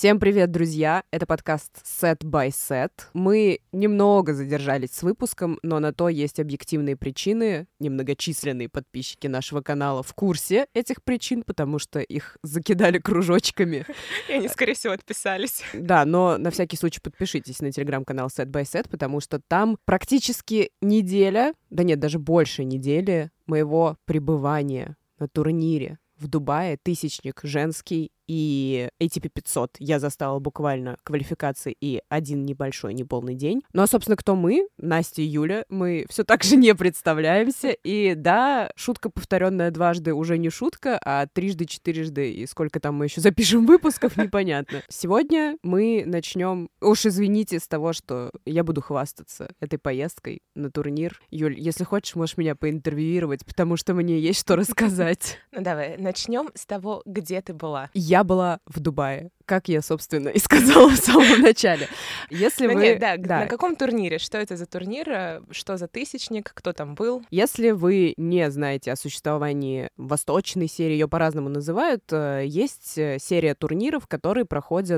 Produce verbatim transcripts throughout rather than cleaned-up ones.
Всем привет, друзья! Это подкаст Set by Set. Мы немного задержались с выпуском, но на то есть объективные причины. Немногочисленные подписчики нашего канала в курсе этих причин, потому что их закидали кружочками. И они, скорее всего, отписались. Да, но на всякий случай подпишитесь на телеграм-канал Set by Set, потому что там практически неделя, да нет, даже больше недели моего пребывания на турнире в Дубае, тысячник женский, и эй ти пи пятьсот я застала буквально квалификации и один небольшой неполный день. Ну а, собственно, кто мы? Настя и Юля. Мы все так же не представляемся. И да, шутка, повторенная дважды, уже не шутка, а трижды, четырежды, и сколько там мы еще запишем выпусков, непонятно. Сегодня мы начнем, уж извините, с того, что я буду хвастаться этой поездкой на турнир. Юль, если хочешь, можешь меня поинтервьюировать, потому что мне есть что рассказать. Ну давай, начнем с того, где ты была. Я была в Дубае, как я, собственно, и сказала в самом начале. Если ну, вы... Нет, да, да, на каком турнире? Что это за турнир? Что за тысячник? Кто там был? Если вы не знаете о существовании восточной серии, ее по-разному называют, есть серия турниров, которые проходят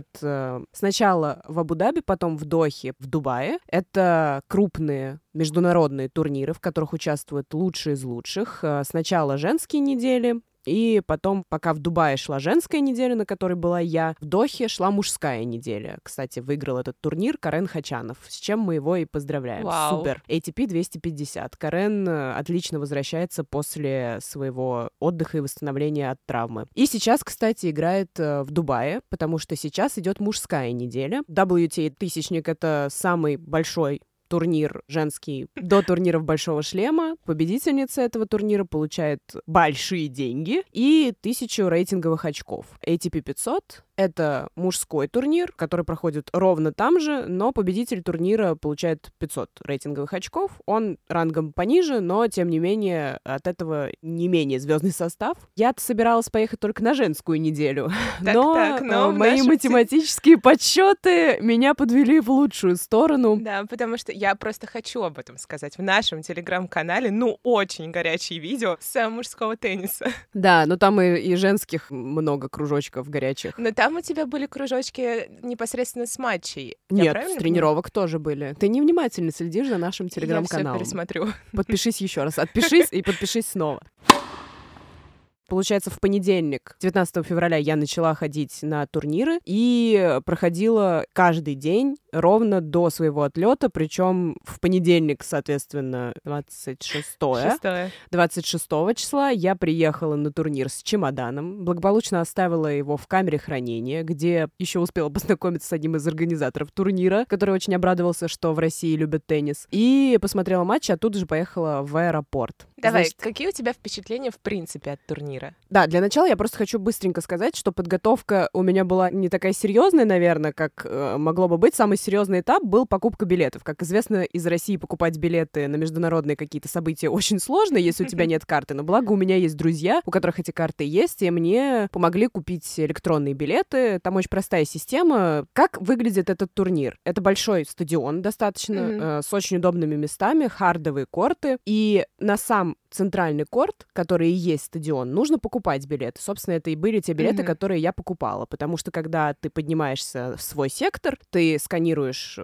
сначала в Абу-Даби, потом в Дохе, в Дубае. Это крупные международные турниры, в которых участвуют лучшие из лучших. Сначала женские недели, и потом, пока в Дубае шла женская неделя, на которой была я, в Дохе шла мужская неделя. Кстати, выиграл этот турнир Карен Хачанов, с чем мы его и поздравляем. Вау. Супер. эй ти пи двести пятьдесят. Карен отлично возвращается после своего отдыха и восстановления от травмы. И сейчас, кстати, играет в Дубае, потому что сейчас идет мужская неделя. дабл ю ти эй тысячник — это самый большой турнир женский до турниров Большого шлема. Победительница этого турнира получает большие деньги и тысячу рейтинговых очков. эй ти пи пятьсот — это мужской турнир, который проходит ровно там же, но победитель турнира получает пятьсот рейтинговых очков. Он рангом пониже, но, тем не менее, от этого не менее звездный состав. Я-то собиралась поехать только на женскую неделю, так, но, так, но мои нашем... математические подсчеты меня подвели в лучшую сторону. Да, потому что я просто хочу об этом сказать. В нашем телеграм-канале, ну, очень горячие видео с мужского тенниса. Да, но там и, и женских много кружочков горячих. Но там у тебя были кружочки непосредственно с матчей. Нет, с тренировок тоже были. Ты невнимательно следишь за нашим телеграм-каналом. Я всё пересмотрю. Подпишись еще раз. Отпишись и подпишись снова. Получается, в понедельник, девятнадцатого февраля, я начала ходить на турниры и проходила каждый день ровно до своего отлета, причем в понедельник, соответственно, двадцать шестого двадцать шестого числа я приехала на турнир с чемоданом, благополучно оставила его в камере хранения, где еще успела познакомиться с одним из организаторов турнира, который очень обрадовался, что в России любят теннис, и посмотрела матч, а тут же поехала в аэропорт. Давай, Значит, какие у тебя впечатления в принципе от турнира? Да, для начала я просто хочу быстренько сказать, что подготовка у меня была не такая серьезная, наверное, как э, могло бы быть. Самый серьезный этап был покупка билетов. Как известно, из России покупать билеты на международные какие-то события очень сложно, если у тебя нет карты. Но благо у меня есть друзья, у которых эти карты есть, и мне помогли купить электронные билеты. Там очень простая система. Как выглядит этот турнир? Это большой стадион достаточно, mm-hmm. э, с очень удобными местами, хардовые корты. И на сам центральный корт, который и есть стадион, нужно покупать билеты. Собственно, это и были те билеты, mm-hmm. которые я покупала, потому что когда ты поднимаешься в свой сектор, ты сканируешь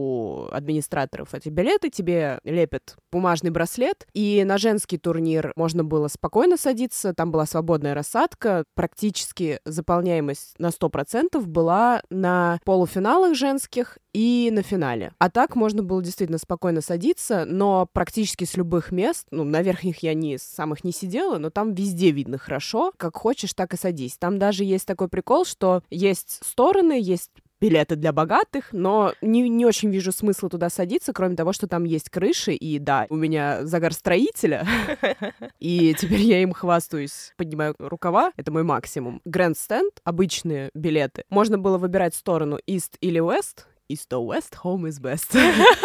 у администраторов эти билеты, тебе лепят бумажный браслет, и на женский турнир можно было спокойно садиться, там была свободная рассадка, практически заполняемость на сто процентов была на полуфиналах женских и на финале. А так можно было действительно спокойно садиться, но практически с любых мест, ну, на верхних я не, самых не сидела, но там везде видно хорошо, как хочешь, так и садись. Там даже есть такой прикол, что есть стороны, есть билеты для богатых, но не, не очень вижу смысла туда садиться, кроме того, что там есть крыши, и да, у меня загар строителя, и теперь я им хвастаюсь, поднимаю рукава, это мой максимум. Гранд-стенд, обычные билеты, можно было выбирать сторону East или West, East or West, home is best.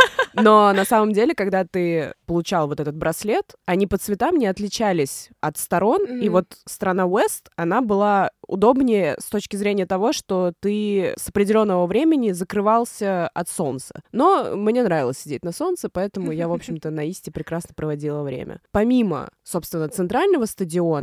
Но на самом деле, когда ты получал вот этот браслет, они по цветам не отличались от сторон, mm-hmm. и вот страна West, она была удобнее с точки зрения того, что ты с определенного времени закрывался от солнца. Но мне нравилось сидеть на солнце, поэтому я, в общем-то, на Исте прекрасно проводила время. Помимо, собственно, центрального стадиона,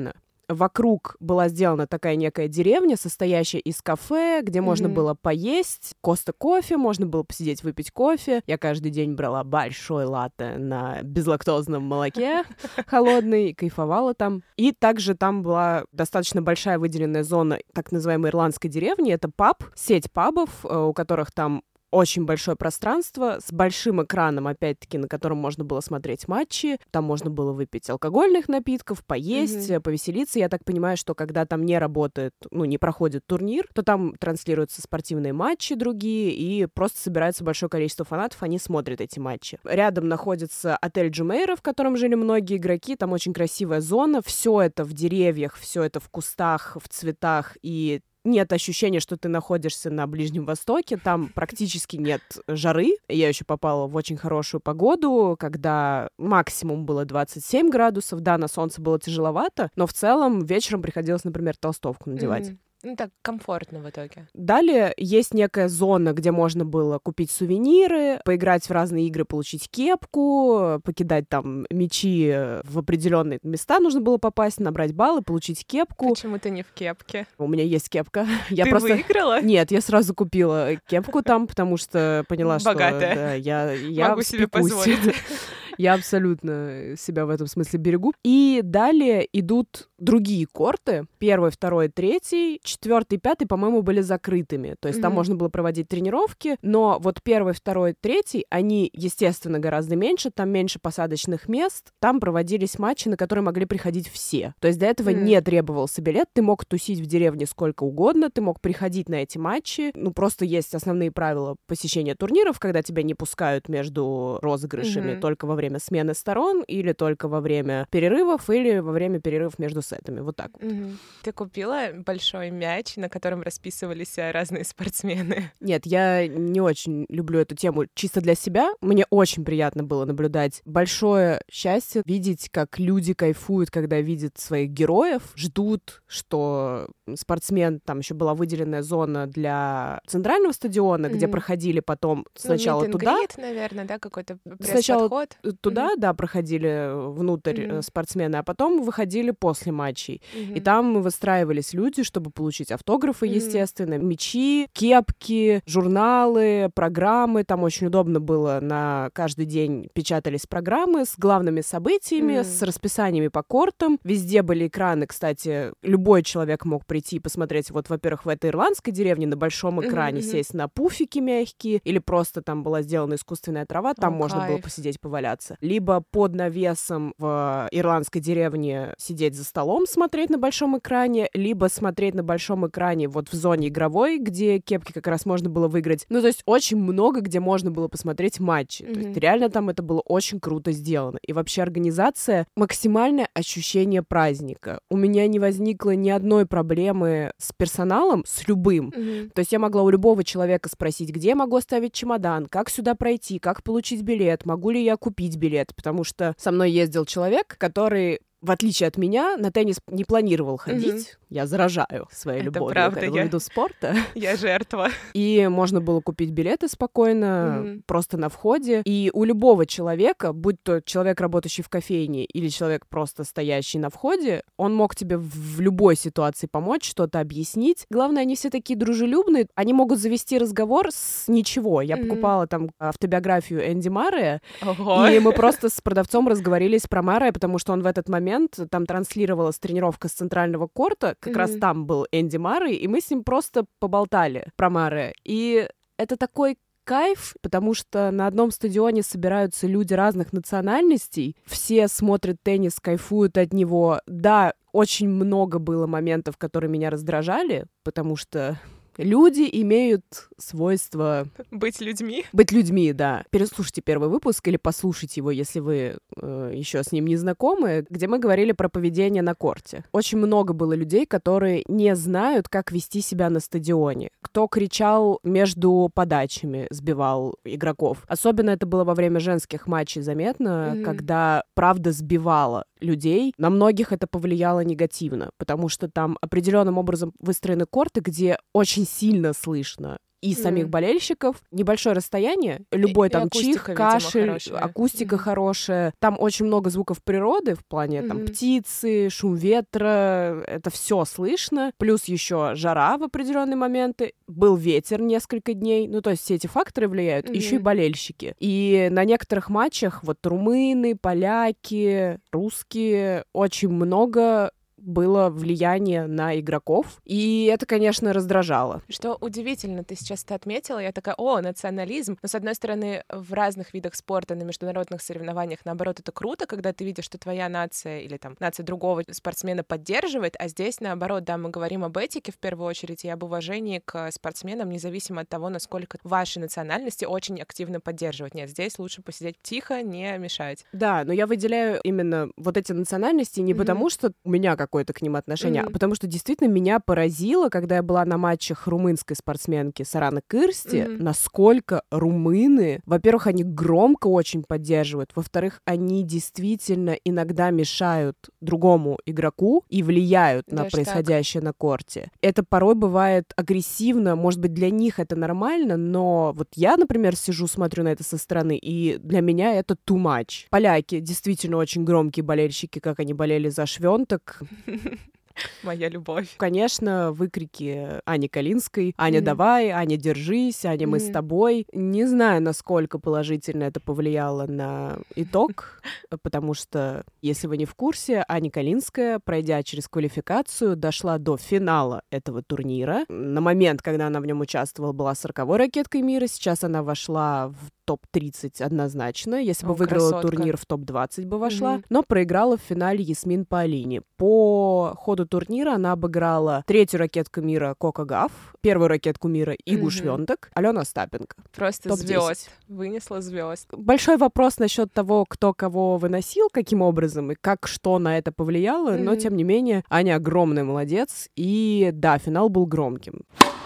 вокруг была сделана такая некая деревня, состоящая из кафе, где можно Мгм. было поесть, Коста кофе, можно было посидеть, выпить кофе. Я каждый день брала большой латте на безлактозном молоке холодный, кайфовала там. И также там была достаточно большая выделенная зона так называемой ирландской деревни. Это паб, сеть пабов, э, у которых там очень большое пространство с большим экраном, опять-таки, на котором можно было смотреть матчи. Там можно было выпить алкогольных напитков, поесть, Мгм. повеселиться. Я так понимаю, что когда там не работает, ну, не проходит турнир, то там транслируются спортивные матчи другие, и просто собирается большое количество фанатов, они смотрят эти матчи. Рядом находится отель Джумейра, в котором жили многие игроки. Там очень красивая зона. Все это в деревьях, все это в кустах, в цветах, и нет ощущения, что ты находишься на Ближнем Востоке, там практически нет жары. Я еще попала в очень хорошую погоду, когда максимум было двадцать семь градусов. Да, на солнце было тяжеловато, но в целом вечером приходилось, например, толстовку надевать. Мгм. Ну, так комфортно в итоге. Далее есть некая зона, где можно было купить сувениры, поиграть в разные игры, получить кепку, покидать там мячи в определенные места нужно было попасть, набрать баллы, получить кепку. Почему ты не в кепке? У меня есть кепка. Я Ты просто... выиграла? Нет, я сразу купила кепку там, потому что поняла, что Богатая. да, я, я Могу себе спекусь. позволить. Я абсолютно себя в этом смысле берегу. И далее идут другие корты. Первый, второй, третий. Четвертый, пятый, по-моему, были закрытыми. То есть там Мгм. можно было проводить тренировки. Но вот первый, второй, третий, они, естественно, гораздо меньше. Там меньше посадочных мест. Там проводились матчи, на которые могли приходить все. То есть до этого М. не требовался билет. Ты мог тусить в деревне сколько угодно. Ты мог приходить на эти матчи. Ну, просто есть основные правила посещения турниров, когда тебя не пускают между розыгрышами Мгм. только во время смены сторон, или только во время перерывов, или во время перерывов между сетами. Вот так вот. Мгм. Ты купила большой мяч, на котором расписывались э, разные спортсмены? Нет, я не очень люблю эту тему чисто для себя. Мне очень приятно было наблюдать. Большое счастье видеть, как люди кайфуют, когда видят своих героев, ждут, что спортсмен, там еще была выделенная зона для центрального стадиона, где Мгм. проходили потом сначала Ну, meet and туда, greet, наверное, да, какой-то Сначала пресс-подход. туда, да, проходили внутрь э, Мгм. спортсмены, а потом выходили после матчей. И Мгм. там выстраивались люди, чтобы получить автографы, Мгм. естественно, мячи, кепки, журналы, программы. Там очень удобно было, на каждый день печатались программы с главными событиями, Мгм. с расписаниями по кортам. Везде были экраны, кстати, любой человек мог прийти и посмотреть, вот, во-первых, в этой ирландской деревне на большом Мгм, экране мгм. сесть на пуфики мягкие, или просто там была сделана искусственная трава, там О, можно было кайф. посидеть, поваляться. Либо под навесом в ирландской деревне сидеть за столом, смотреть на большом экране, либо смотреть на большом экране вот в зоне игровой, где кепки как раз можно было выиграть. Ну, то есть очень много, где можно было посмотреть матчи. То есть Мгм. реально там это было очень круто сделано. И вообще организация, максимальное ощущение праздника. У меня не возникло ни одной проблемы с персоналом, с любым. Мгм. То есть я могла у любого человека спросить, где я могу оставить чемодан, как сюда пройти, как получить билет, могу ли я купить билет, потому что со мной ездил человек, который, в отличие от меня, на теннис не планировал ходить. Я заражаю своей Это любовью правда, к этому я- виду спорта. Я жертва. И можно было купить билеты спокойно, Мгм. просто на входе. И у любого человека, будь то человек, работающий в кофейне, или человек, просто стоящий на входе, он мог тебе в любой ситуации помочь, что-то объяснить. Главное, они все такие дружелюбные. Они могут завести разговор с ничего. Я Мгм. покупала там автобиографию Энди Маррея, Ого. и мы просто с продавцом разговорились про Маррея, потому что он в этот момент, там транслировалась тренировка с центрального корта, как раз Мгм. там был Энди Маррей, и мы с ним просто поболтали про Маррея. И это такой кайф, потому что на одном стадионе собираются люди разных национальностей, все смотрят теннис, кайфуют от него. Да, очень много было моментов, которые меня раздражали, потому что люди имеют свойство Быть людьми. быть людьми, да. Переслушайте первый выпуск или послушайте его, если вы э, еще с ним не знакомы, где мы говорили про поведение на корте. Очень много было людей, которые не знают, как вести себя на стадионе. Кто кричал между подачами, сбивал игроков. Особенно это было во время женских матчей заметно, Мгм. когда правда сбивала людей. На многих это повлияло негативно, потому что там определенным образом выстроены корты, где очень сильно слышно и Мгм. самих болельщиков. Небольшое расстояние, любой и там акустика, чих, видимо, кашель, хорошая. акустика Мгм. хорошая. Там очень много звуков природы в плане там Мгм. птицы, шум ветра, это все слышно. Плюс еще жара в определенные моменты. Был ветер несколько дней. Ну, то есть все эти факторы влияют. Еще и Мгм. болельщики. И на некоторых матчах вот румыны, поляки, русские, очень много было влияние на игроков, и это, конечно, раздражало. Что удивительно, ты сейчас это отметила, я такая, о, национализм. Но, с одной стороны, в разных видах спорта, на международных соревнованиях, наоборот, это круто, когда ты видишь, что твоя нация или там нация другого спортсмена поддерживает, а здесь, наоборот, да, мы говорим об этике в первую очередь и об уважении к спортсменам, независимо от того, насколько ваши национальности очень активно поддерживать. Нет, здесь лучше посидеть тихо, не мешать. Да, но я выделяю именно вот эти национальности не Мгм. потому, что у меня какое-то к ним отношение, Мгм. а потому что действительно меня поразило, когда я была на матчах румынской спортсменки Сараны Кырсти, Мгм. насколько румыны, во-первых, они громко очень поддерживают, во-вторых, они действительно иногда мешают другому игроку и влияют на Даже происходящее на корте. Это порой бывает агрессивно, может быть, для них это нормально, но вот я, например, сижу, смотрю на это со стороны, и для меня это too much. Поляки действительно очень громкие болельщики, как они болели за Швёнтек. Моя любовь. Конечно, выкрики Ани Калинской: «Аня, Мгм. давай! Аня, держись! Аня, мы с Мгм. тобой!» Не знаю, насколько положительно это повлияло на итог, потому что, если вы не в курсе, Аня Калинская, пройдя через квалификацию, дошла до финала этого турнира. На момент, когда она в нем участвовала, была сороковой ракеткой мира. Сейчас она вошла в топ тридцать однозначно. Если бы О, выиграла красотка. турнир, в топ двадцать бы вошла. Мгм. Но проиграла в финале Ясмин Паолини. По ходу турнира она обыграла третью ракетку мира Коко Гав, первую ракетку мира Игу Мгм. Швёнтек, Алену Остапенко. Просто топ десять. звезд. Вынесла звезд. Большой вопрос насчет того, кто кого выносил, каким образом и как что на это повлияло, но Мгм. тем не менее Аня огромный молодец, и да, финал был громким.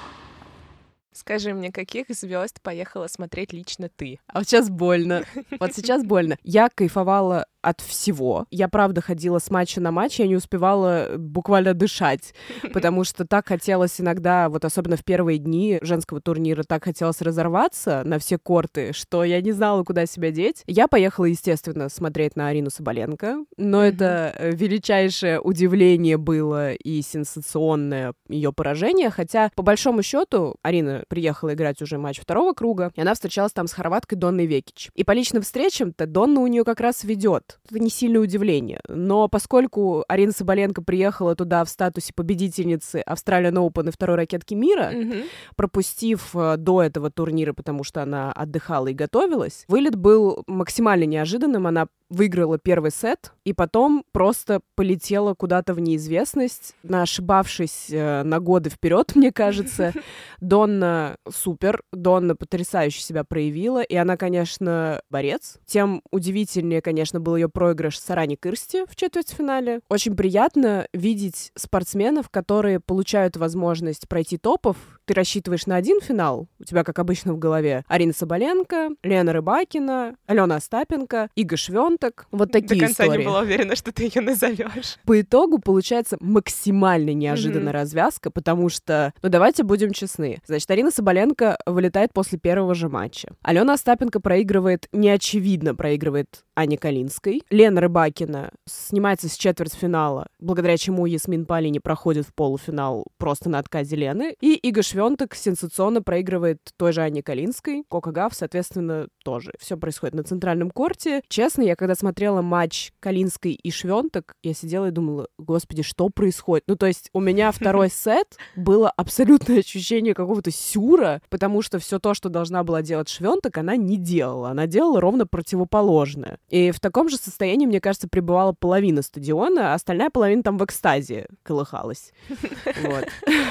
Скажи мне, каких звезд поехала смотреть лично ты? А вот сейчас больно. Вот сейчас больно. Я кайфовала от всего. Я, правда, ходила с матча на матч, я не успевала буквально дышать, потому что так хотелось иногда, вот особенно в первые дни женского турнира, так хотелось разорваться на все корты, что я не знала, куда себя деть. Я поехала, естественно, смотреть на Арину Соболенко, но Мгм. это э, величайшее удивление было и сенсационное ее поражение, хотя, по большому счету, Арина приехала играть уже матч второго круга, и она встречалась там с хорваткой Донной Векич. И по личным встречам-то Донна у нее как раз ведет. Это не сильное удивление. Но поскольку Арина Соболенко приехала туда в статусе победительницы Australian Open и второй ракетки мира, Мгм. пропустив э, до этого турнира, потому что она отдыхала и готовилась, вылет был максимально неожиданным. Она выиграла первый сет, и потом просто полетела куда-то в неизвестность, ошибавшись э, на годы вперед, мне кажется. Донна супер, Донна потрясающе себя проявила, и она, конечно, борец. Тем удивительнее, конечно, был ее проигрыш Саране Кырсти в четвертьфинале. Очень приятно видеть спортсменов, которые получают возможность пройти топов. Ты рассчитываешь на один финал, у тебя, как обычно, в голове Арина Соболенко, Лена Рыбакина, Алена Остапенко, Ига Швёнтек. Вот такие До конца истории. не была уверена, что ты ее назовешь. По итогу получается максимально неожиданная Мгм. развязка, потому что, ну давайте будем честны. Значит, Арина Соболенко вылетает после первого же матча. Алена Остапенко проигрывает, неочевидно проигрывает Ане Калинской. Лена Рыбакина снимается с четвертьфинала, благодаря чему Ясмин Паолини проходит в полуфинал просто на отказе Лены. И Ига Швёнтек сенсационно проигрывает той же Ане Калинской. Коко Гав, соответственно, тоже. Все происходит на центральном корте. Честно, я когда смотрела матч Калинской и Швёнтек, я сидела и думала, господи, что происходит? Ну, то есть у меня второй сет было абсолютное ощущение какого-то сюра, потому что все то, что должна была делать Швёнтек, она не делала. Она делала ровно противоположное. И в таком же состоянии, мне кажется, пребывала половина стадиона, а остальная половина там в экстазе колыхалась. Вот.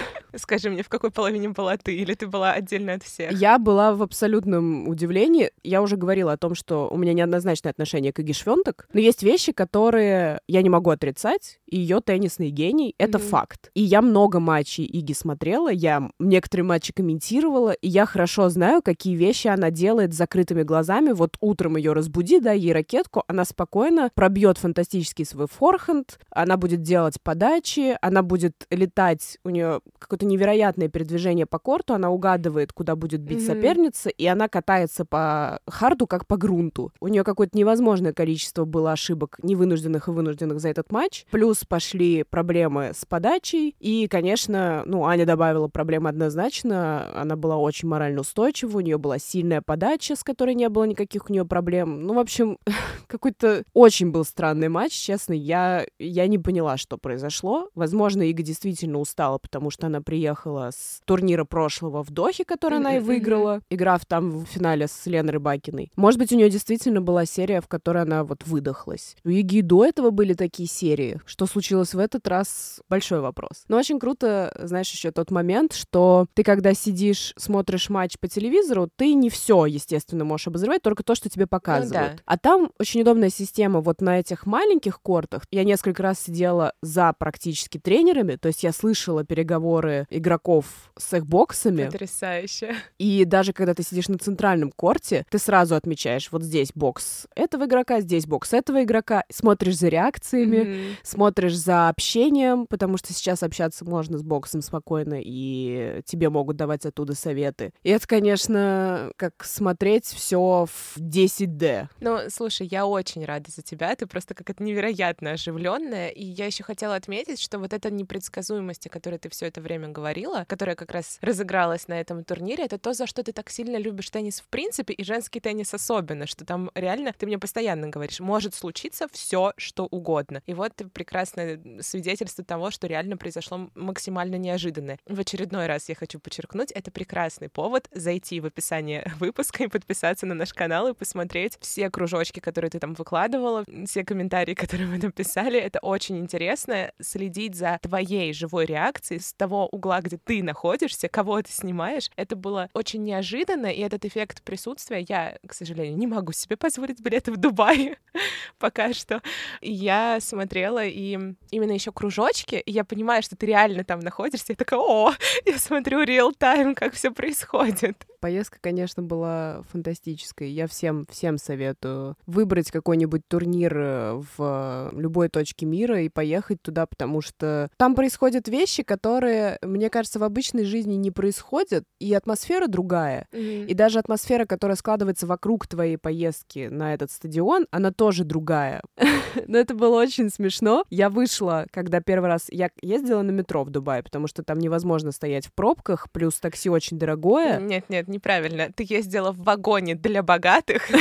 Скажи мне, в какой половине была ты? Или ты была отдельно от всех? Я была в абсолютном удивлении. Я уже говорила о том, что у меня неоднозначное отношение к Иге Швёнтек, но есть вещи, которые я не могу отрицать, и ее теннисный гений — это Мгм. факт. И я много матчей Иги смотрела, я некоторые матчи комментировала, и я хорошо знаю, какие вещи она делает с закрытыми глазами. Вот утром ее разбуди, дай ей ракетку, она спокойно пробьет фантастический свой форхенд, она будет делать подачи, она будет летать, у нее какой-то какое-то невероятное передвижение по корту, она угадывает, куда будет бить mm-hmm. соперница, и она катается по харду, как по грунту. У нее какое-то невозможное количество было ошибок, невынужденных и вынужденных за этот матч. Плюс пошли проблемы с подачей, и, конечно, ну, Аня добавила проблемы однозначно, она была очень морально устойчива, у нее была сильная подача, с которой не было никаких у нее проблем. Ну, в общем, какой-то очень был странный матч, честно, я, я не поняла, что произошло. Возможно, Ига действительно устала, потому что она приехала с турнира прошлого в Дохе, который она и выиграла, играв там в финале с Леной Рыбакиной. Может быть, у нее действительно была серия, в которой она вот выдохлась. У Иги и до этого были такие серии. Что случилось в этот раз? Большой вопрос. Но очень круто, знаешь, еще тот момент, что ты, когда сидишь, смотришь матч по телевизору, ты не все, естественно, можешь обозревать, только то, что тебе показывают. Ну, да. А там очень удобная система вот на этих маленьких кортах. Я несколько раз сидела за практически тренерами, то есть я слышала переговоры игроков с их боксами. Потрясающе. И даже когда ты сидишь на центральном корте, ты сразу отмечаешь, вот здесь бокс этого игрока, здесь бокс этого игрока, смотришь за реакциями, mm-hmm. смотришь за общением, потому что сейчас общаться можно с боксом спокойно, и тебе могут давать оттуда советы. И это, конечно, как смотреть все в десять дэ. Ну, слушай, я очень рада за тебя, ты просто какая-то невероятно оживленная, и я еще хотела отметить, что вот эта непредсказуемость, о которой ты все это время говорила, которая как раз разыгралась на этом турнире, это то, за что ты так сильно любишь теннис в принципе, и женский теннис особенно, что там реально, ты мне постоянно говоришь, может случиться все, что угодно. И вот прекрасное свидетельство того, что реально произошло максимально неожиданное. В очередной раз я хочу подчеркнуть, это прекрасный повод зайти в описание выпуска и подписаться на наш канал и посмотреть все кружочки, которые ты там выкладывала, все комментарии, которые мы там писали. Это очень интересно, следить за твоей живой реакцией с того угла, где ты находишься, кого ты снимаешь. Это было очень неожиданно, и этот эффект присутствия я, к сожалению, не могу себе позволить билеты в Дубае пока что. И я смотрела, и именно еще кружочки, и я понимаю, что ты реально там находишься, я такая, о, я смотрю реал-тайм, как все происходит. Поездка, конечно, была фантастической. Я всем, всем советую выбрать какой-нибудь турнир в любой точке мира и поехать туда, потому что там происходят вещи, которые, мне кажется, в обычной жизни не происходят, и атмосфера другая. Mm-hmm. И даже атмосфера, которая складывается вокруг твоей поездки на этот стадион, она тоже другая. Но это было очень смешно. Я вышла, когда первый раз... Я ездила на метро в Дубае, потому что там невозможно стоять в пробках, плюс такси очень дорогое. Нет-нет, неправильно. Ты ездила в вагоне для богатых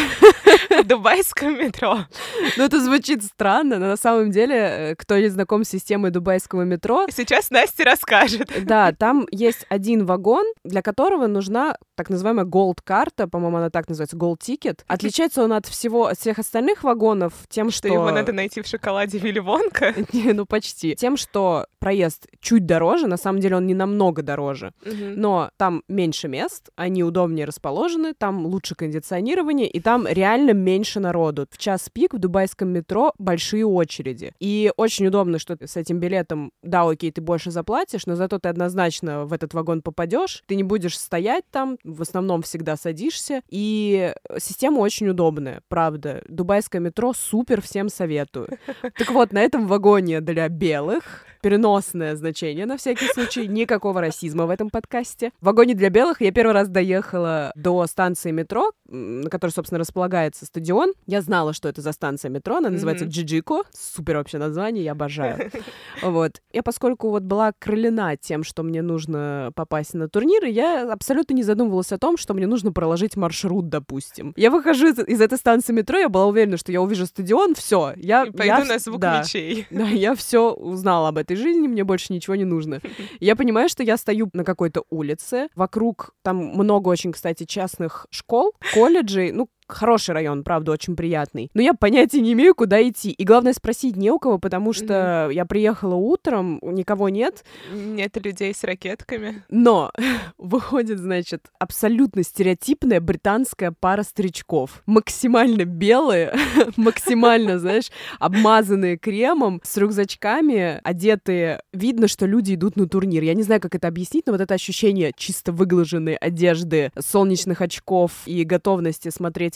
в дубайском метро. Ну, это звучит странно, но на самом деле, кто не знаком с системой дубайского метро... Сейчас Настя расскажет. Да, там есть один вагон, для которого нужна так называемая gold-карта, по-моему, она так называется, gold-ticket. Отличается он от всего, от всех остальных вагонов тем, что... Что его надо найти в шоколаде Вилли Вонка? Не, ну почти. Тем, что проезд чуть дороже, на самом деле он не намного дороже, uh-huh. но там меньше мест, они удобнее расположены, там лучше кондиционирование, и там реально меньше народу. В час пик в дубайском метро большие очереди. И очень удобно, что с этим билетом, да, окей, ты больше заплатишь, но зато ты однозначно в этот вагон попадешь, ты не будешь стоять там, в основном всегда садишься, и система очень удобная, правда. Дубайское метро супер, всем советую. Так вот, на этом вагоне для белых, переносное значение на всякий случай, никакого расизма в этом подкасте. В вагоне для белых я первый раз доехала до станции метро, на которой, собственно, располагается стадион. Я знала, что это за станция метро, она называется mm-hmm. Джиджико. Супер вообще название, я обожаю. Вот. Я, поскольку вот была окрылена тем, что мне нужно попасть на турниры, я абсолютно не задумывалась о том, что мне нужно проложить маршрут, допустим. Я выхожу из, из этой станции метро, я была уверена, что я увижу стадион, все. Я, И пойду я, на звук да, мечей. Да, я все узнала об этой жизни, мне больше ничего не нужно. Я понимаю, что я стою на какой-то улице, вокруг там много очень, кстати, частных школ, колледжей, ну, хороший район, правда, очень приятный. Но я понятия не имею, куда идти. И главное, спросить не у кого, потому что mm-hmm. я приехала утром, никого нет. Нет людей с ракетками. Но выходит, значит, абсолютно стереотипная британская пара старичков. Максимально белые, максимально, знаешь, обмазанные кремом, с рюкзачками, одетые. Видно, что люди идут на турнир. Я не знаю, как это объяснить, но вот это ощущение чисто выглаженной одежды, солнечных очков и готовности смотреть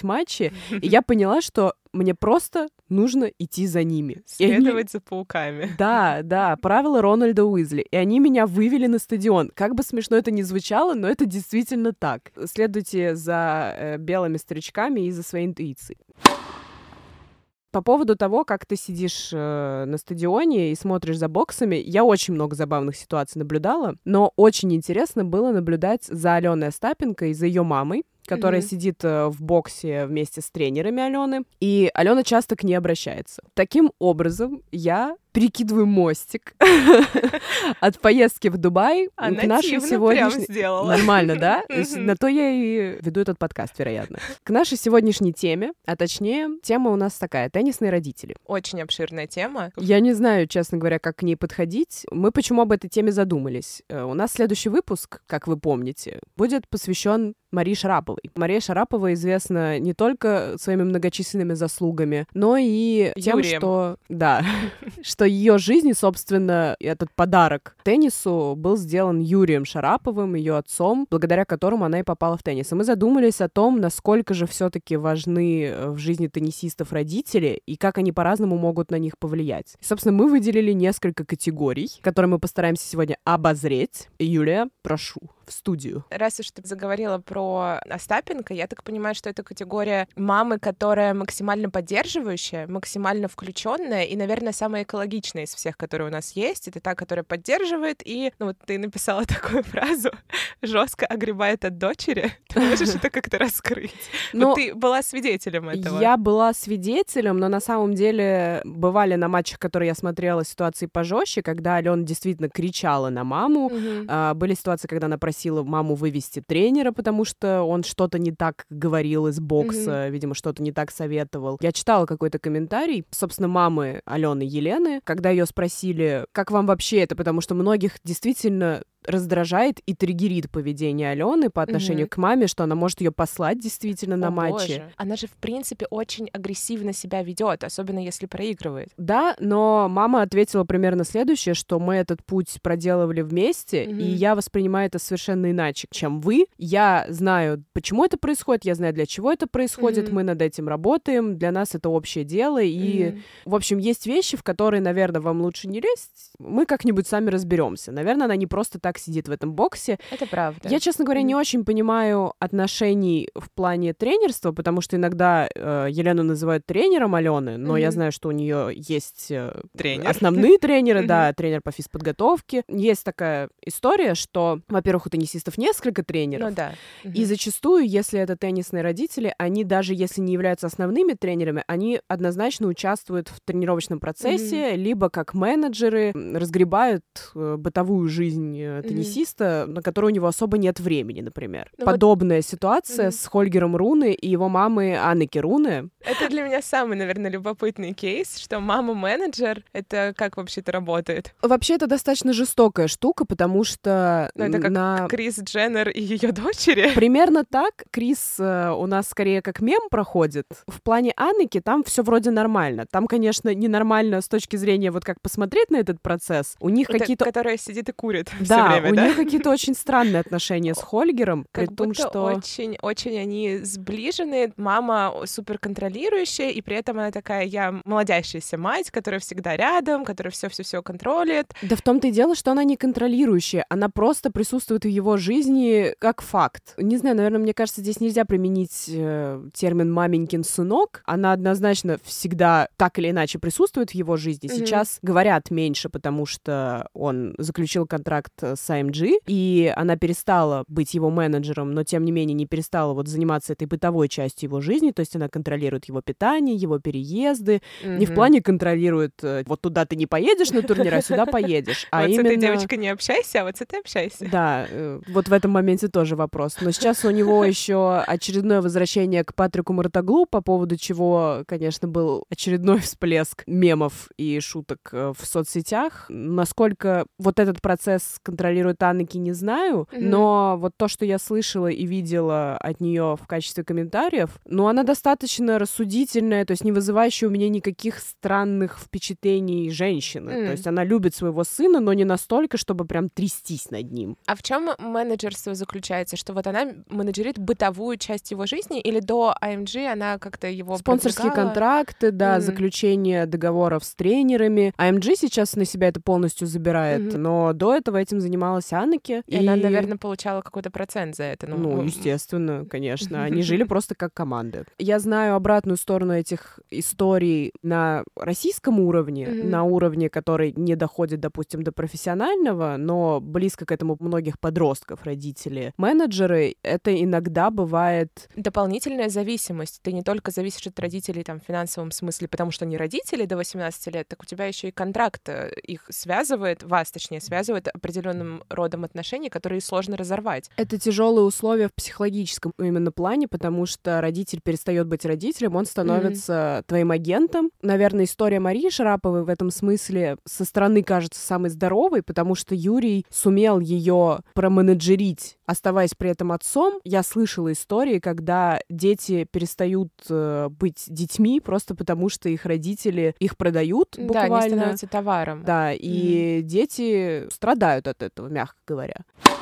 смотреть матчи, и я поняла, что мне просто нужно идти за ними. Следовать они... за пауками. Да, да, правила Рональда Уизли. И они меня вывели на стадион. Как бы смешно это ни звучало, но это действительно так. Следуйте за э, белыми старичками и за своей интуицией. По поводу того, как ты сидишь э, на стадионе и смотришь за боксами, я очень много забавных ситуаций наблюдала, но очень интересно было наблюдать за Аленой Остапенко и за ее мамой, которая mm-hmm. сидит э, в боксе вместе с тренерами Алены, и Алена часто к ней обращается. Таким образом, я перекидываю мостик от поездки в Дубай к нашей сегодняшней... сделала. Нормально, да? На то я и веду этот подкаст, вероятно. К нашей сегодняшней теме, а точнее, тема у нас такая — теннисные родители. Очень обширная тема. Я не знаю, честно говоря, как к ней подходить. Мы почему об этой теме задумались? У нас следующий выпуск, как вы помните, будет посвящен Марии Шараповой. Мария Шарапова известна не только своими многочисленными заслугами, но и тем, Юрием. что... Да, что ее жизни, собственно, этот подарок теннису был сделан Юрием Шараповым, ее отцом, благодаря которому она и попала в теннис. И мы задумались о том, насколько же все-таки важны в жизни теннисистов родители и как они по-разному могут на них повлиять. И, собственно, мы выделили несколько категорий, которые мы постараемся сегодня обозреть. Юлия, прошу, в студию. Раз уж ты заговорила про Остапенко, я так понимаю, что это категория мамы, которая максимально поддерживающая, максимально включенная и, наверное, самая экологичная из всех, которые у нас есть. Это та, которая поддерживает и, ну вот ты написала такую фразу, жестко огребает от дочери. Ты можешь это как-то раскрыть? Но вот ты была свидетелем этого. Я была свидетелем, но на самом деле бывали на матчах, которые я смотрела, ситуации пожестче, когда Алена действительно кричала на маму. Угу. А, были ситуации, когда она просила маму вывести тренера, потому что он что-то не так говорил из бокса, mm-hmm. видимо, что-то не так советовал. Я читала какой-то комментарий, собственно, мамы Алены Елены, когда ее спросили, как вам вообще это, потому что многих действительно раздражает и триггерит поведение Алены по отношению mm-hmm. к маме, что она может ее послать действительно на О, матче. Боже. Она же, в принципе, очень агрессивно себя ведет, особенно если проигрывает. Да, но мама ответила примерно следующее, что мы этот путь проделывали вместе, mm-hmm. и я воспринимаю это совершенно иначе, чем вы. Я знаю, почему это происходит, я знаю, для чего это происходит, mm-hmm. мы над этим работаем, для нас это общее дело, и, mm-hmm. в общем, есть вещи, в которые, наверное, вам лучше не лезть, мы как-нибудь сами разберемся. Наверное, она не просто так сидит в этом боксе. Это правда. Я, честно говоря, mm-hmm. не очень понимаю отношений в плане тренерства, потому что иногда э, Елену называют тренером Алены, но mm-hmm. я знаю, что у нее есть э, Тренер. основные тренеры, mm-hmm. да, тренер по физподготовке. Есть такая история, что, во-первых, у теннисистов несколько тренеров, ну, да. mm-hmm. и зачастую, если это теннисные родители, они даже если не являются основными тренерами, они однозначно участвуют в тренировочном процессе, mm-hmm. либо как менеджеры разгребают э, бытовую жизнь теннисиста, mm-hmm. на которую у него особо нет времени, например. Ну, Подобная вот... ситуация mm-hmm. с Хольгером Руне и его мамой Аннеке Руне. Это для меня самый, наверное, любопытный кейс, что мама-менеджер, это как вообще это работает? Вообще это достаточно жестокая штука, потому что... Ну, это как на... Крис Дженнер и ее дочери. Примерно так. Крис э, у нас скорее как мем проходит. В плане Аннеки там все вроде нормально. Там, конечно, ненормально с точки зрения вот как посмотреть на этот процесс. У них это, какие-то... Которая сидит и курит да, все время, у да? них какие-то очень странные отношения с Хольгером, как при том, будто что... очень, очень они сближены. Мама супер контролирующая, и при этом она такая, я молодящаяся мать, которая всегда рядом, которая все-все-все контролит. Да в том-то и дело, что она не контролирующая, она просто присутствует в его жизни как факт. Не знаю, наверное, мне кажется, здесь нельзя применить э, термин «маменькин сынок». Она однозначно всегда так или иначе присутствует в его жизни. Mm-hmm. Сейчас говорят меньше, потому что он заключил контракт с эй эм джи, и она перестала быть его менеджером, но, тем не менее, не перестала вот заниматься этой бытовой частью его жизни, то есть она контролирует его питание, его переезды, mm-hmm. не в плане контролирует, вот туда ты не поедешь на турнир, а сюда поедешь, а вот именно... с этой девочкой не общайся, а вот с этой общайся. Да, вот в этом моменте тоже вопрос. Но сейчас у него еще очередное возвращение к Патрику Муртаглу, по поводу чего, конечно, был очередной всплеск мемов и шуток в соцсетях. Насколько вот этот процесс контролирования контролирует Аннеки, не знаю, mm-hmm. но вот то, что я слышала и видела от нее в качестве комментариев, ну, она достаточно рассудительная, то есть не вызывающая у меня никаких странных впечатлений женщины. Mm. То есть она любит своего сына, но не настолько, чтобы прям трястись над ним. А в чем менеджерство заключается? Что вот она менеджерит бытовую часть его жизни, или до ай эм джи она как-то его Спонсорские продвигала? контракты, да, mm. заключение договоров с тренерами. ай эм джи сейчас на себя это полностью забирает, mm-hmm. но до этого этим занималась Аннеки. И, и она, наверное, получала какой-то процент за это. Ну, ну естественно, конечно. Они жили просто как команды. Я знаю обратную сторону этих историй на российском уровне, mm-hmm. на уровне, который не доходит, допустим, до профессионального, но близко к этому многих подростков, родители, менеджеры, это иногда бывает... Дополнительная зависимость. Ты не только зависишь от родителей там, в финансовом смысле, потому что они родители до восемнадцати лет, так у тебя еще и контракт их связывает, вас, точнее, связывает определенным родом отношений, которые сложно разорвать. Это тяжелые условия в психологическом именно плане, потому что родитель перестает быть родителем, он становится mm-hmm. твоим агентом. Наверное, история Марии Шараповой в этом смысле со стороны кажется самой здоровой, потому что Юрий сумел ее променеджерить, оставаясь при этом отцом. Я слышала истории, когда дети перестают э, быть детьми просто потому, что их родители их продают буквально. Да, они становятся товаром. Да, и mm-hmm. дети страдают от этого, мягко говоря.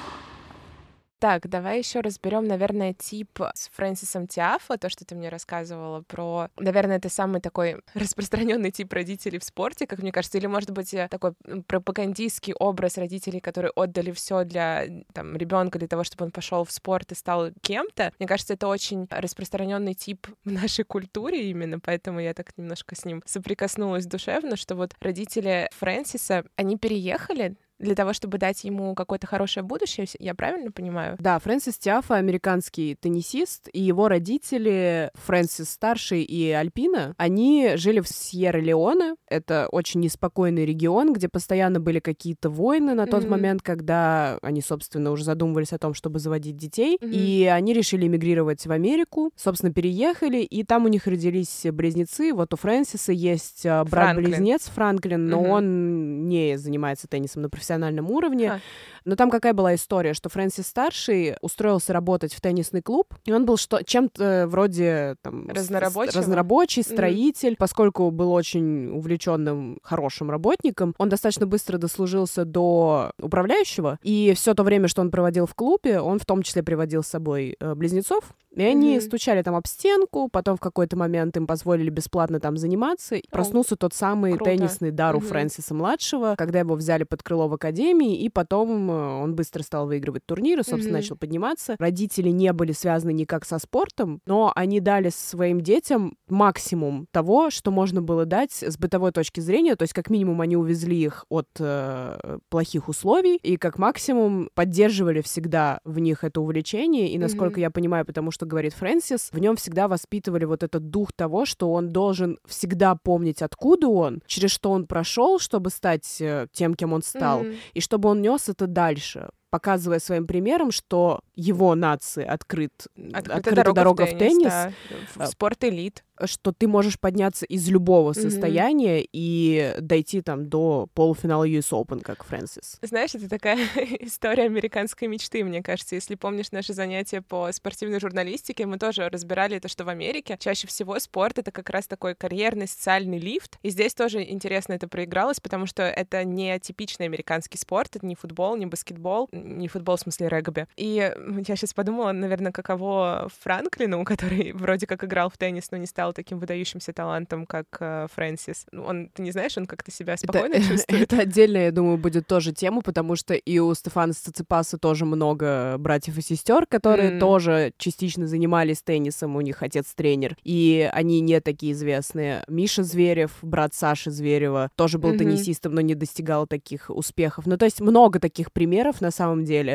Так, давай еще разберем, наверное, тип с Фрэнсисом Тиафо, то, что ты мне рассказывала про... Наверное, это самый такой распространенный тип родителей в спорте, как мне кажется, или, может быть, такой пропагандистский образ родителей, которые отдали все для там, ребенка для того, чтобы он пошел в спорт и стал кем-то. Мне кажется, это очень распространенный тип в нашей культуре именно, поэтому я так немножко с ним соприкоснулась душевно, что вот родители Фрэнсиса, они переехали для того, чтобы дать ему какое-то хорошее будущее, я правильно понимаю? Да, Фрэнсис Тиафо — американский теннисист, и его родители, Фрэнсис старший и Альпина, они жили в Сьерра-Леоне. Это очень неспокойный регион, где постоянно были какие-то войны на тот mm-hmm. момент, когда они, собственно, уже задумывались о том, чтобы заводить детей, mm-hmm. и они решили эмигрировать в Америку, собственно, переехали, и там у них родились близнецы. Вот у Фрэнсиса есть брат-близнец Франклин, но mm-hmm. он не занимается теннисом на профессиональном уровне. А. Но там какая была история, что Фрэнсис старший устроился работать в теннисный клуб, и он был что, чем-то вроде там, разнорабочий, строитель, mm-hmm. поскольку был очень увлеченным, хорошим работником. Он достаточно быстро дослужился до управляющего, и все то время, что он проводил в клубе, он в том числе приводил с собой э, близнецов, и они mm-hmm. стучали там об стенку, потом в какой-то момент им позволили бесплатно там заниматься. Oh. Проснулся тот самый Круто. теннисный дар mm-hmm. у Фрэнсиса-младшего, когда его взяли под крыло в академии, и потом он быстро стал выигрывать турниры, собственно, mm-hmm. начал подниматься. Родители не были связаны никак со спортом, но они дали своим детям максимум того, что можно было дать с бытовой точки зрения, то есть как минимум они увезли их от э, плохих условий, и как максимум поддерживали всегда в них это увлечение, и, насколько mm-hmm. я понимаю, потому что говорит Фрэнсис, в нем всегда воспитывали вот этот дух того, что он должен всегда помнить, откуда он, через что он прошел, чтобы стать э, тем, кем он стал, mm-hmm. и чтобы он нес это дальше, показывая своим примером, что его нации открыт, открыта, открыта дорога, дорога в теннис, да. в спорт элит. Что ты можешь подняться из любого состояния mm-hmm. и дойти там до полуфинала ю эс Open, как Фрэнсис. Знаешь, это такая история американской мечты, мне кажется. Если помнишь наши занятия по спортивной журналистике, мы тоже разбирали это, что в Америке чаще всего спорт — это как раз такой карьерный социальный лифт. И здесь тоже интересно это проигралось, потому что это не типичный американский спорт, это не футбол, не баскетбол, не футбол в смысле регби. И я сейчас подумала, наверное, каково Франклину, который вроде как играл в теннис, но не стал таким выдающимся талантом, как э, Фрэнсис. Он, ты не знаешь, он как-то себя спокойно это, чувствует? Это отдельно, я думаю, будет тоже тема, потому что и у Стефана Циципаса тоже много братьев и сестер, которые mm. тоже частично занимались теннисом, у них отец тренер, и они не такие известные. Миша Зверев, брат Саши Зверева, тоже был mm-hmm. теннисистом, но не достигал таких успехов. Ну, то есть много таких примеров на самом деле.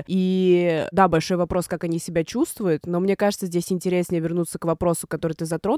И да, большой вопрос, как они себя чувствуют, но мне кажется, здесь интереснее вернуться к вопросу, который ты затронула про американцев,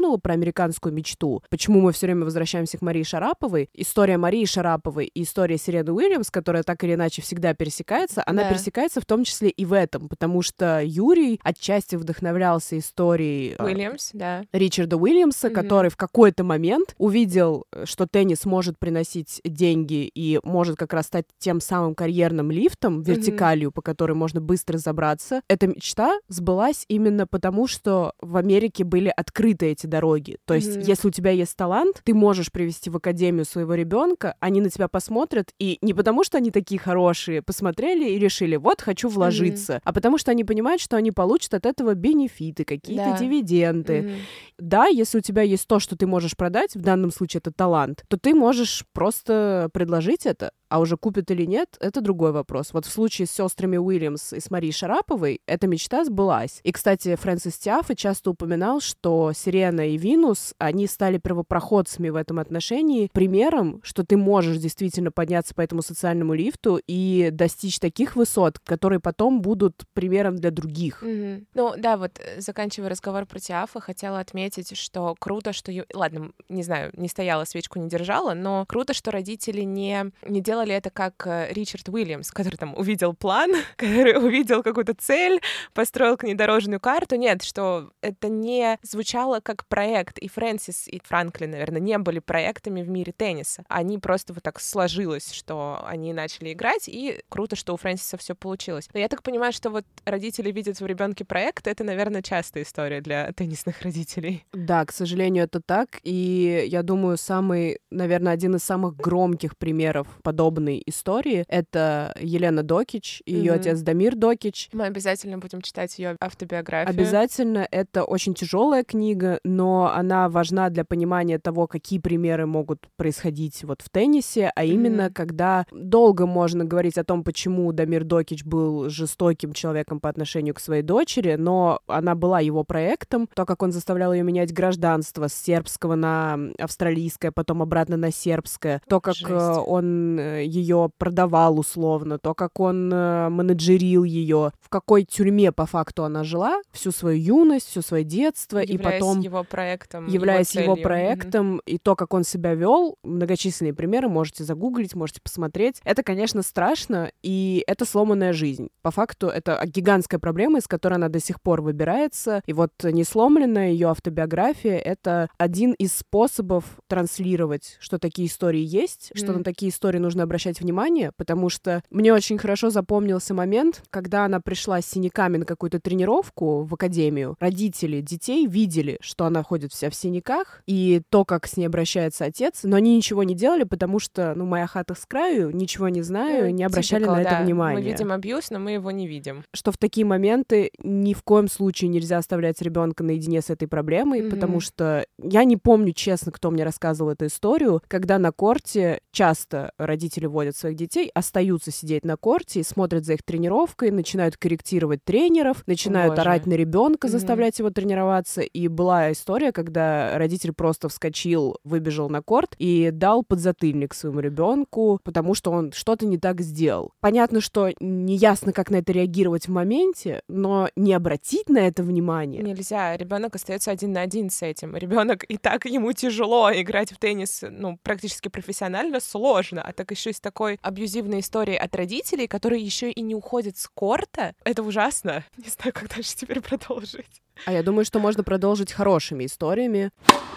американскую мечту. Почему мы все время возвращаемся к Марии Шараповой? История Марии Шараповой и история Серены Уильямс, которая так или иначе всегда пересекается, она Да. пересекается в том числе и в этом, потому что Юрий отчасти вдохновлялся историей Уильямс, да. Ричарда Уильямса, Мгм. который в какой-то момент увидел, что теннис может приносить деньги и может как раз стать тем самым карьерным лифтом, вертикалью, по которой можно быстро забраться. Эта мечта сбылась именно потому, что в Америке были открыты эти дороги. То есть, Мгм. если у тебя есть талант, ты можешь привести в академию своего ребенка, они на тебя посмотрят, и не потому, что они такие хорошие, посмотрели и решили, вот, хочу вложиться, а потому что они понимают, что они получат от этого бенефиты, какие-то Да. дивиденды. Мгм. Да, если у тебя есть то, что ты можешь продать, в данном случае это талант, то ты можешь просто предложить это, а уже купят или нет, это другой вопрос. Вот в случае с сестрами Уильямс и с Марией Шараповой эта мечта сбылась. И, кстати, Фрэнсис Тиаффе часто упоминал, что Сирена и Винус, они стали первопроходцами в этом отношении, примером, что ты можешь действительно подняться по этому социальному лифту и достичь таких высот, которые потом будут примером для других. Мгм. Ну да, вот э, заканчивая разговор про Тиафа, хотела отметить, что круто, что... Ю- Ладно, не знаю, не стояла, свечку не держала, но круто, что родители не, не делали это как э, Ричард Уильямс, который там увидел план, который увидел какую-то цель, построил к ней дорожную карту. Нет, что это не звучало как проект, и Фрэнсис, и Франклин, наверное, не были проектами в мире тенниса. Они просто вот так сложилось, что они начали играть, и круто, что у Фрэнсиса все получилось. Но я так понимаю, что вот родители видят в ребенке проект, это, наверное, частая история для теннисных родителей. Да, к сожалению, это так. И я думаю, самый, наверное, один из самых громких примеров подобной истории — это Елена Докич и ее Мгм. отец Дамир Докич. Мы обязательно будем читать ее автобиографию. Обязательно, это очень тяжелая книга, но она важна для понимания того, какие примеры могут происходить вот в теннисе, а именно, Мгм. когда долго можно говорить о том, почему Дамир Докич был жестоким человеком по отношению к своей дочери, но она была его проектом. То, как он заставлял ее менять гражданство с сербского на австралийское, потом обратно на сербское, то, как Жесть. э, он ее продавал условно, то, как он э, менеджерил ее, в какой тюрьме по факту она жила всю свою юность, все свое детство, и Являясь потом его проектом, являясь его, его целью. проектом, и то, как он себя вел, многочисленные примеры, можете загуглить, можете посмотреть. Это, конечно, страшно, и это сломанная жизнь. По факту, это гигантская проблема, из которой она до сих пор выбирается. И вот не сломленная ее автобиография — это один из способов транслировать, что такие истории есть, Mm. что на такие истории нужно обращать внимание, потому что мне очень хорошо запомнился момент, когда она пришла с синяками на какую-то тренировку в академию. Родители детей видели, что она ходит вся в синяках, и то, как с ней обращается отец, но они ничего не делали, потому что, ну, моя хата с краю, ничего не знаю, Ну, не обращали typical, на это да. внимания. Мы видим абьюз, но мы его не видим. Что в такие моменты ни в коем случае нельзя оставлять ребенка наедине с этой проблемой, Мгм. потому что я не помню, честно, кто мне рассказывал эту историю, когда на корте часто родители водят своих детей, остаются сидеть на корте и смотрят за их тренировкой, начинают корректировать тренеров, начинают Боже. орать на ребенка, Мгм. заставлять его тренироваться. И была история, когда родитель просто вскочил, выбежал на корт и дал подзатыльник своему ребенку, потому что он что-то не так сделал. Понятно, что неясно, как на это реагировать в моменте, но не обратить на это внимание. Нельзя, ребенок остается один на один с этим. Ребенок и так ему тяжело играть в теннис, ну, практически профессионально сложно, а так еще и с такой абьюзивной историей от родителей, которые еще и не уходят с корта. Это ужасно. Не знаю, как дальше теперь продолжить. А я думаю, что можно продолжить хорошими историями.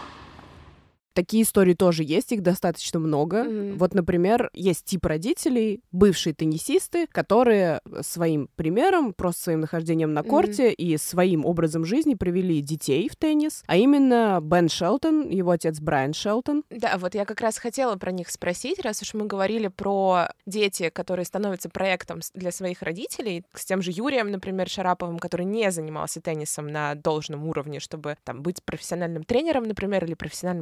Такие истории тоже есть, их достаточно много. Мгм. Вот, например, есть тип родителей, бывшие теннисисты, которые своим примером, просто своим нахождением на корте и своим образом жизни привели детей в теннис, а именно Бен Шелтон, его отец Брайан Шелтон. Да, вот я как раз хотела про них спросить, раз уж мы говорили про дети, которые становятся проектом с- для своих родителей, с тем же Юрием, например, Шараповым, который не занимался теннисом на должном уровне, чтобы там быть профессиональным тренером, например, или профессиональным спортсменом,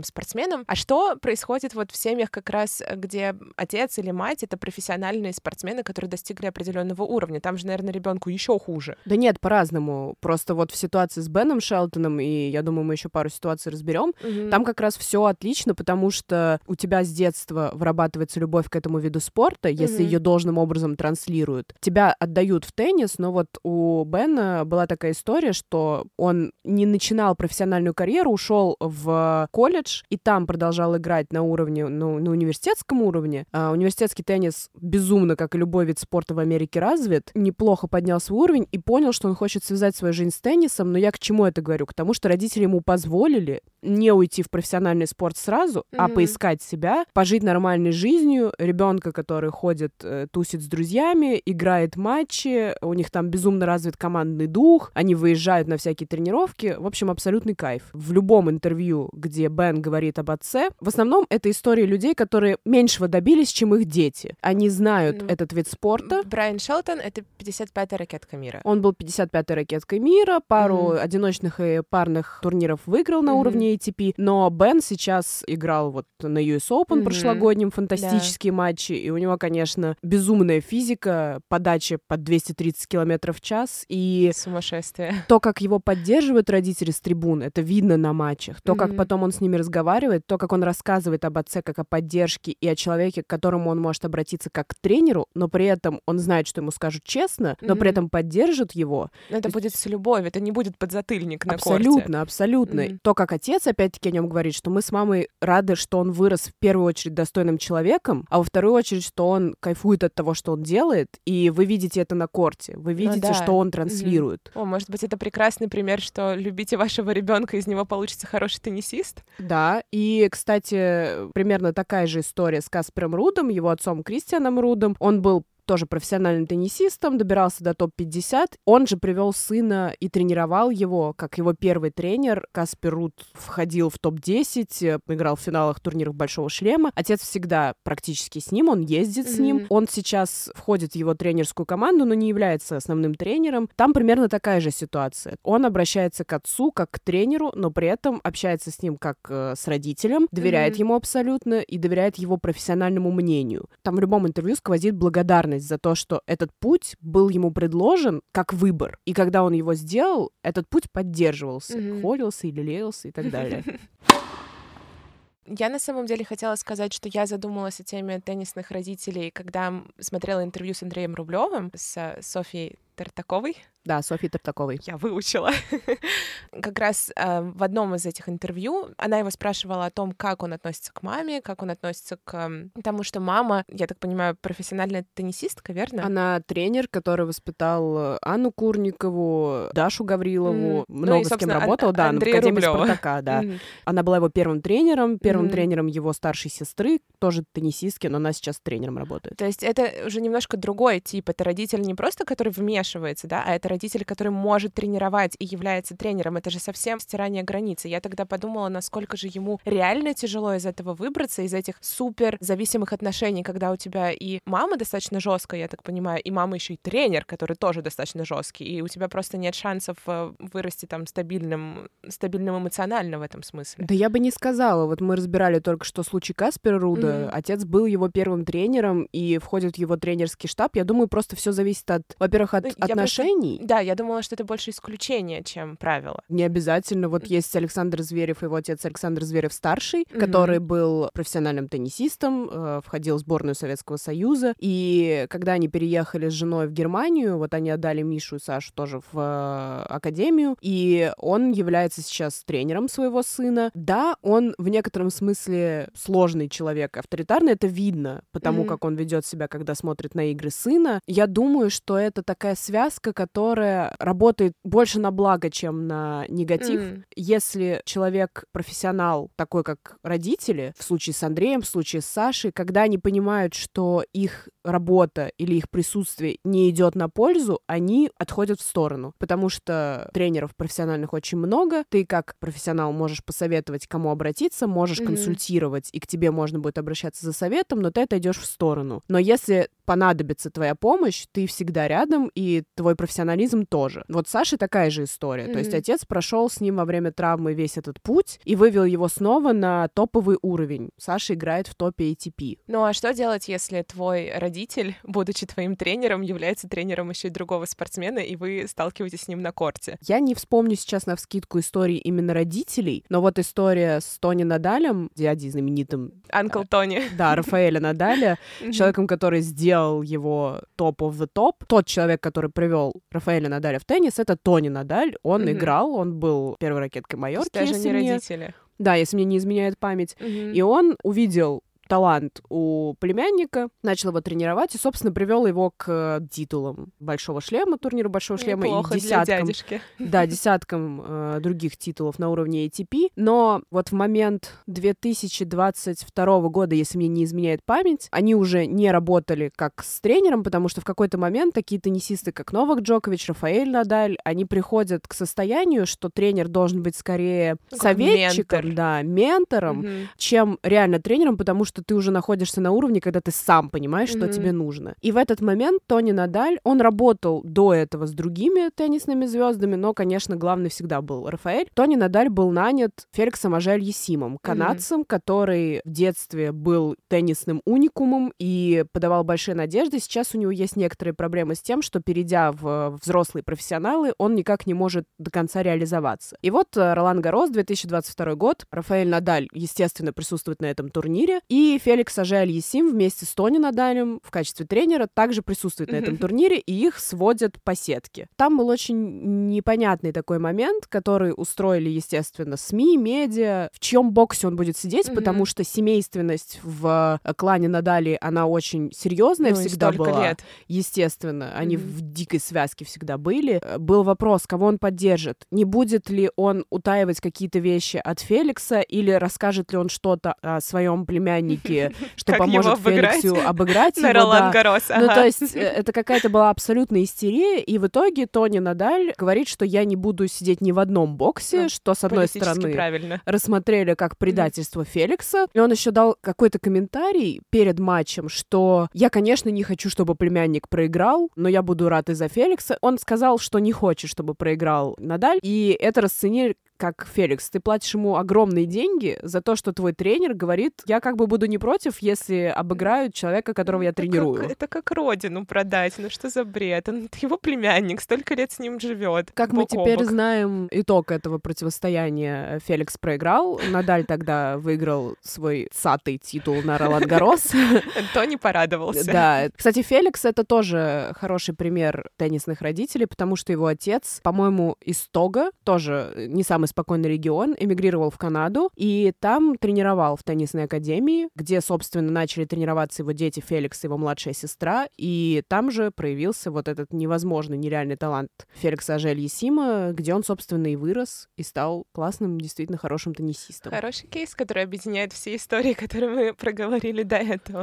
спортсменам. А что происходит вот в семьях как раз, где отец или мать — это профессиональные спортсмены, которые достигли определенного уровня? Там же, наверное, ребенку еще хуже. Да нет, по-разному. Просто вот в ситуации с Беном Шелтоном, и я думаю, мы еще пару ситуаций разберем, mm-hmm. там как раз все отлично, потому что у тебя с детства вырабатывается любовь к этому виду спорта, если mm-hmm. ее должным образом транслируют. Тебя отдают в теннис, но вот у Бена была такая история, что он не начинал профессиональную карьеру, ушел в колледж и там продолжал играть на уровне, ну, на университетском уровне. А университетский теннис безумно, как и любой вид спорта в Америке, развит, неплохо поднял свой уровень и понял, что он хочет связать свою жизнь с теннисом. Но я к чему это говорю? К тому, что родители ему позволили не уйти в профессиональный спорт сразу, mm-hmm. а поискать себя, пожить нормальной жизнью, ребенка, который ходит, э, тусит с друзьями, играет матчи, у них там безумно развит командный дух, они выезжают на всякие тренировки. В общем, абсолютный кайф. В любом интервью, где Бен говорит об отце, в основном это истории людей, которые меньшего добились, чем их дети. Они знают mm-hmm. этот вид спорта. Брайан Шелтон — это пятьдесят пятая ракетка мира. Он был пятьдесят пятой ракеткой мира, пару mm-hmm. одиночных и парных турниров выиграл на mm-hmm. уровне эй ти пи, но Бен сейчас играл вот на ю эс Open mm-hmm. прошлогоднем, фантастические да. матчи, и у него, конечно, безумная физика, подача под двести тридцать километров в час, и сумасшествие. То, как его поддерживают родители с трибун, это видно на матчах, то, mm-hmm. как потом он с ними разговаривает, то, как он рассказывает об отце как о поддержке и о человеке, к которому он может обратиться как к тренеру, но при этом он знает, что ему скажут честно, но mm-hmm. при этом поддержат его. Но это будет с любовью, это не будет подзатыльник на корте. Абсолютно, абсолютно. Mm-hmm. То, как отец, опять-таки, о нем говорит, что мы с мамой рады, что он вырос в первую очередь достойным человеком, а во вторую очередь, что он кайфует от того, что он делает, и вы видите это на корте, вы видите, ну, да. что он транслирует. Mm-hmm. О, может быть, это прекрасный пример, что любите вашего ребенка, из него получится хороший теннисист? Да, и, кстати, примерно такая же история с Каспером Рудом, его отцом Кристианом Рудом. Он был тоже профессиональным теннисистом, добирался до топ пятьдесят. Он же привел сына и тренировал его, как его первый тренер. Каспер Руд входил в топ десять, играл в финалах турниров Большого шлема. Отец всегда практически с ним, он ездит mm-hmm. с ним. Он сейчас входит в его тренерскую команду, но не является основным тренером. Там примерно такая же ситуация. Он обращается к отцу как к тренеру, но при этом общается с ним как э, с родителем, доверяет mm-hmm. ему абсолютно и доверяет его профессиональному мнению. Там в любом интервью сквозит благодарность за то, что этот путь был ему предложен как выбор. И когда он его сделал, этот путь поддерживался, mm-hmm. хвалился и лелеялся и так далее. Я на самом деле хотела сказать, что я задумалась о теме теннисных родителей, когда смотрела интервью с Андреем Рублевым, с Софьей Тартаковой. Да, Софьи Тартаковой. Я выучила. Как раз э, в одном из этих интервью она его спрашивала о том, как он относится к маме, как он относится к э, тому, что мама, я так понимаю, профессиональная теннисистка, верно? Она тренер, который воспитал Анну Курникову, Дашу Гаврилову, mm. много ну и, с кем работала, да, в Академии Рублёва. Спартака, да. Mm. Она была его первым тренером, первым mm. тренером его старшей сестры, тоже теннисистки, но она сейчас тренером работает. То есть это уже немножко другой тип. Это родитель не просто, который вмешивается, да, а это родитель, который может тренировать и является тренером. Это же совсем стирание границы. Я тогда подумала, насколько же ему реально тяжело из этого выбраться, из этих супер зависимых отношений, когда у тебя и мама достаточно жесткая, я так понимаю, и мама еще и тренер, который тоже достаточно жесткий, и у тебя просто нет шансов вырасти там стабильным, стабильным эмоционально в этом смысле. Да я бы не сказала. Вот мы разбирали только что случай Каспера Руда. Mm-hmm. Отец был его первым тренером и входит в его тренерский штаб. Я думаю, просто все зависит от, во-первых, от я отношений. Просто, да, я думала, что это больше исключение, чем правило. Не обязательно. Вот есть Александр Зверев, его отец Александр Зверев-старший, mm-hmm. который был профессиональным теннисистом, э, входил в сборную Советского Союза. И когда они переехали с женой в Германию, вот они отдали Мишу и Сашу тоже в э, академию, и он является сейчас тренером своего сына. Да, он в некотором смысле сложный человек, авторитарный, это видно, потому mm-hmm. как он ведет себя, когда смотрит на игры сына. Я думаю, что это такая связка, которая работает больше на благо, чем на негатив. Mm. Если человек профессионал, такой как родители, в случае с Андреем, в случае с Сашей, когда они понимают, что их работа или их присутствие не идет на пользу, они отходят в сторону. Потому что тренеров профессиональных очень много. Ты как профессионал можешь посоветовать, к кому обратиться, можешь mm-hmm. консультировать, и к тебе можно будет обращаться за советом, но ты отойдешь в сторону. Но если понадобится твоя помощь, ты всегда рядом, и твой профессионализм тоже. Вот Саши такая же история. Mm-hmm. То есть отец прошел с ним во время травмы весь этот путь и вывел его снова на топовый уровень. Саша играет в топе эй ти пи. Ну а что делать, если твой родитель, будучи твоим тренером, является тренером еще и другого спортсмена, и вы сталкиваетесь с ним на корте? Я не вспомню сейчас навскидку истории именно родителей, но вот история с Тони Надалем, дядей знаменитым... Анкл Тони. Да, Рафаэля Надаля, человеком, который сделал его топ of the top. Тот человек, который привел Рафаэля Надаля в теннис, это Тони Надаль. Он mm-hmm. играл, он был первой ракеткой Майорки. Даже не мне... родители. Да, если мне не изменяет память. Mm-hmm. И он увидел талант у племянника, начал его тренировать и, собственно, привел его к титулам Большого шлема, турниру Большого шлема. Неплохо и десяткам, для дядюшки. Да, десяткам э, других титулов на уровне эй ти пи. Но вот в момент две тысячи двадцать второго года, если мне не изменяет память, они уже не работали как с тренером, потому что в какой-то момент такие теннисисты, как Новак Джокович, Рафаэль Надаль, они приходят к состоянию, что тренер должен быть скорее ну, советчиком, ментор. да, ментором, угу. чем реально тренером, потому что ты уже находишься на уровне, когда ты сам понимаешь, mm-hmm. что тебе нужно. И в этот момент Тони Надаль, он работал до этого с другими теннисными звездами, но, конечно, главный всегда был Рафаэль. Тони Надаль был нанят Феликсом Ожиаль-Ясимом, канадцем, mm-hmm. который в детстве был теннисным уникумом и подавал большие надежды. Сейчас у него есть некоторые проблемы с тем, что, перейдя в взрослые профессионалы, он никак не может до конца реализоваться. И вот Ролан Гаррос, две тысячи двадцать второй год, Рафаэль Надаль, естественно, присутствует на этом турнире, и Феликс Ожиаль-Ясим вместе с Тони Надалем в качестве тренера также присутствует на этом турнире, и их сводят по сетке. Там был очень непонятный такой момент, который устроили, естественно, СМИ, медиа, в чьем боксе он будет сидеть, mm-hmm. потому что семейственность в клане Надали, она очень серьезная ну, всегда была. Лет. Естественно, они mm-hmm. в дикой связке всегда были. Был вопрос, кого он поддержит. Не будет ли он утаивать какие-то вещи от Феликса, или расскажет ли он что-то о своем племяннике, что как поможет Феликсу обыграть на его. Ролан да. Гаррос. Ага. Ну, то есть это какая-то была абсолютная истерия, и в итоге Тони Надаль говорит, что я не буду сидеть ни в одном боксе, ну, что, с одной стороны, правильно. рассмотрели как предательство mm-hmm. Феликса, и он еще дал какой-то комментарий перед матчем, что я, конечно, не хочу, чтобы племянник проиграл, но я буду рад из-за Феликса. Он сказал, что не хочет, чтобы проиграл Надаль, и это расценили как Феликс, ты платишь ему огромные деньги за то, что твой тренер говорит, я как бы буду не против, если обыграют человека, которого я это тренирую. Как, это как родину продать, ну что за бред? Он, это его племянник, столько лет с ним живет. Как мы теперь знаем итог этого противостояния, Феликс проиграл, Надаль тогда выиграл свой сатый титул на Ролан Гаррос. Тони порадовался. Да. Кстати, Феликс — это тоже хороший пример теннисных родителей, потому что его отец, по-моему, из Того, тоже не самый спокойный регион, эмигрировал в Канаду и там тренировал в теннисной академии, где, собственно, начали тренироваться его дети Феликс и его младшая сестра, и там же проявился вот этот невозможный, нереальный талант Феликса Ожиаль-Ясима, где он, собственно, и вырос, и стал классным, действительно хорошим теннисистом. Хороший кейс, который объединяет все истории, которые мы проговорили до этого.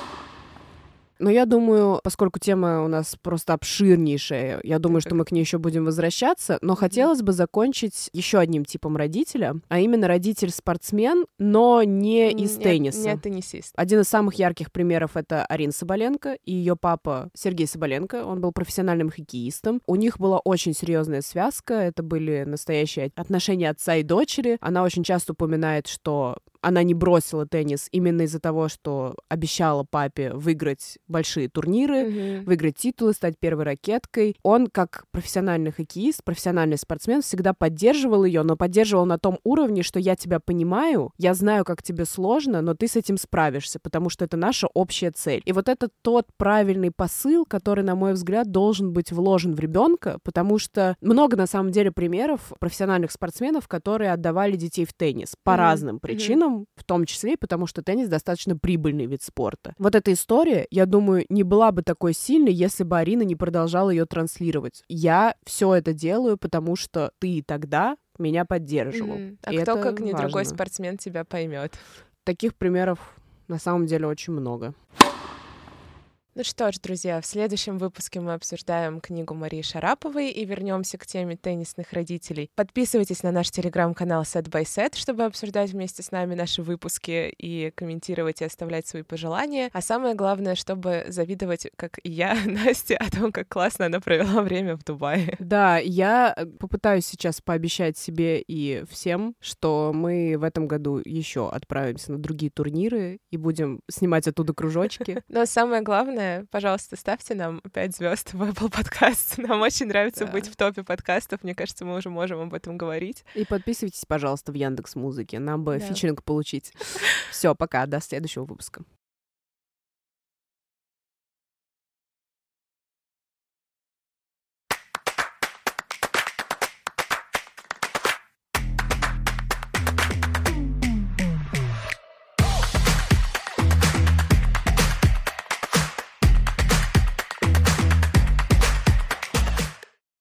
Но я думаю, поскольку тема у нас просто обширнейшая, я думаю, что мы к ней еще будем возвращаться, но хотелось бы закончить еще одним типом родителя, а именно родитель-спортсмен, но не из не, тенниса. Не теннисист. Один из самых ярких примеров — это Арина Соболенко и ее папа Сергей Соболенко. Он был профессиональным хоккеистом. У них была очень серьезная связка, это были настоящие отношения отца и дочери. Она очень часто упоминает, что она не бросила теннис именно из-за того, что обещала папе выиграть большие турниры, mm-hmm. выиграть титулы, стать первой ракеткой. Он, как профессиональный хоккеист, профессиональный спортсмен, всегда поддерживал ее, но поддерживал на том уровне, что я тебя понимаю, я знаю, как тебе сложно, но ты с этим справишься, потому что это наша общая цель. И вот это тот правильный посыл, который, на мой взгляд, должен быть вложен в ребенка, потому что много, на самом деле, примеров профессиональных спортсменов, которые отдавали детей в теннис по mm-hmm. разным причинам, mm-hmm. в том числе и потому, что теннис достаточно прибыльный вид спорта. Вот эта история, я думаю, не была бы такой сильной, если бы Арина не продолжала ее транслировать. Я все это делаю, потому что ты тогда меня поддерживал. Mm-hmm. А и кто, как ни другой спортсмен, тебя поймет? Таких примеров на самом деле очень много. Ну что ж, друзья, в следующем выпуске мы обсуждаем книгу Марии Шараповой и вернемся к теме теннисных родителей. Подписывайтесь на наш телеграм-канал Set by Set, чтобы обсуждать вместе с нами наши выпуски и комментировать и оставлять свои пожелания. А самое главное, чтобы завидовать, как и я, Насте, о том, как классно она провела время в Дубае. Да, я попытаюсь сейчас пообещать себе и всем, что мы в этом году еще отправимся на другие турниры и будем снимать оттуда кружочки. Но самое главное, пожалуйста, ставьте нам пять звезд в Apple Podcast. Нам очень нравится Да. быть в топе подкастов. Мне кажется, мы уже можем об этом говорить. И подписывайтесь, пожалуйста, в Яндекс.Музыке. Нам бы Да. фичеринг получить. Все, пока, до следующего выпуска.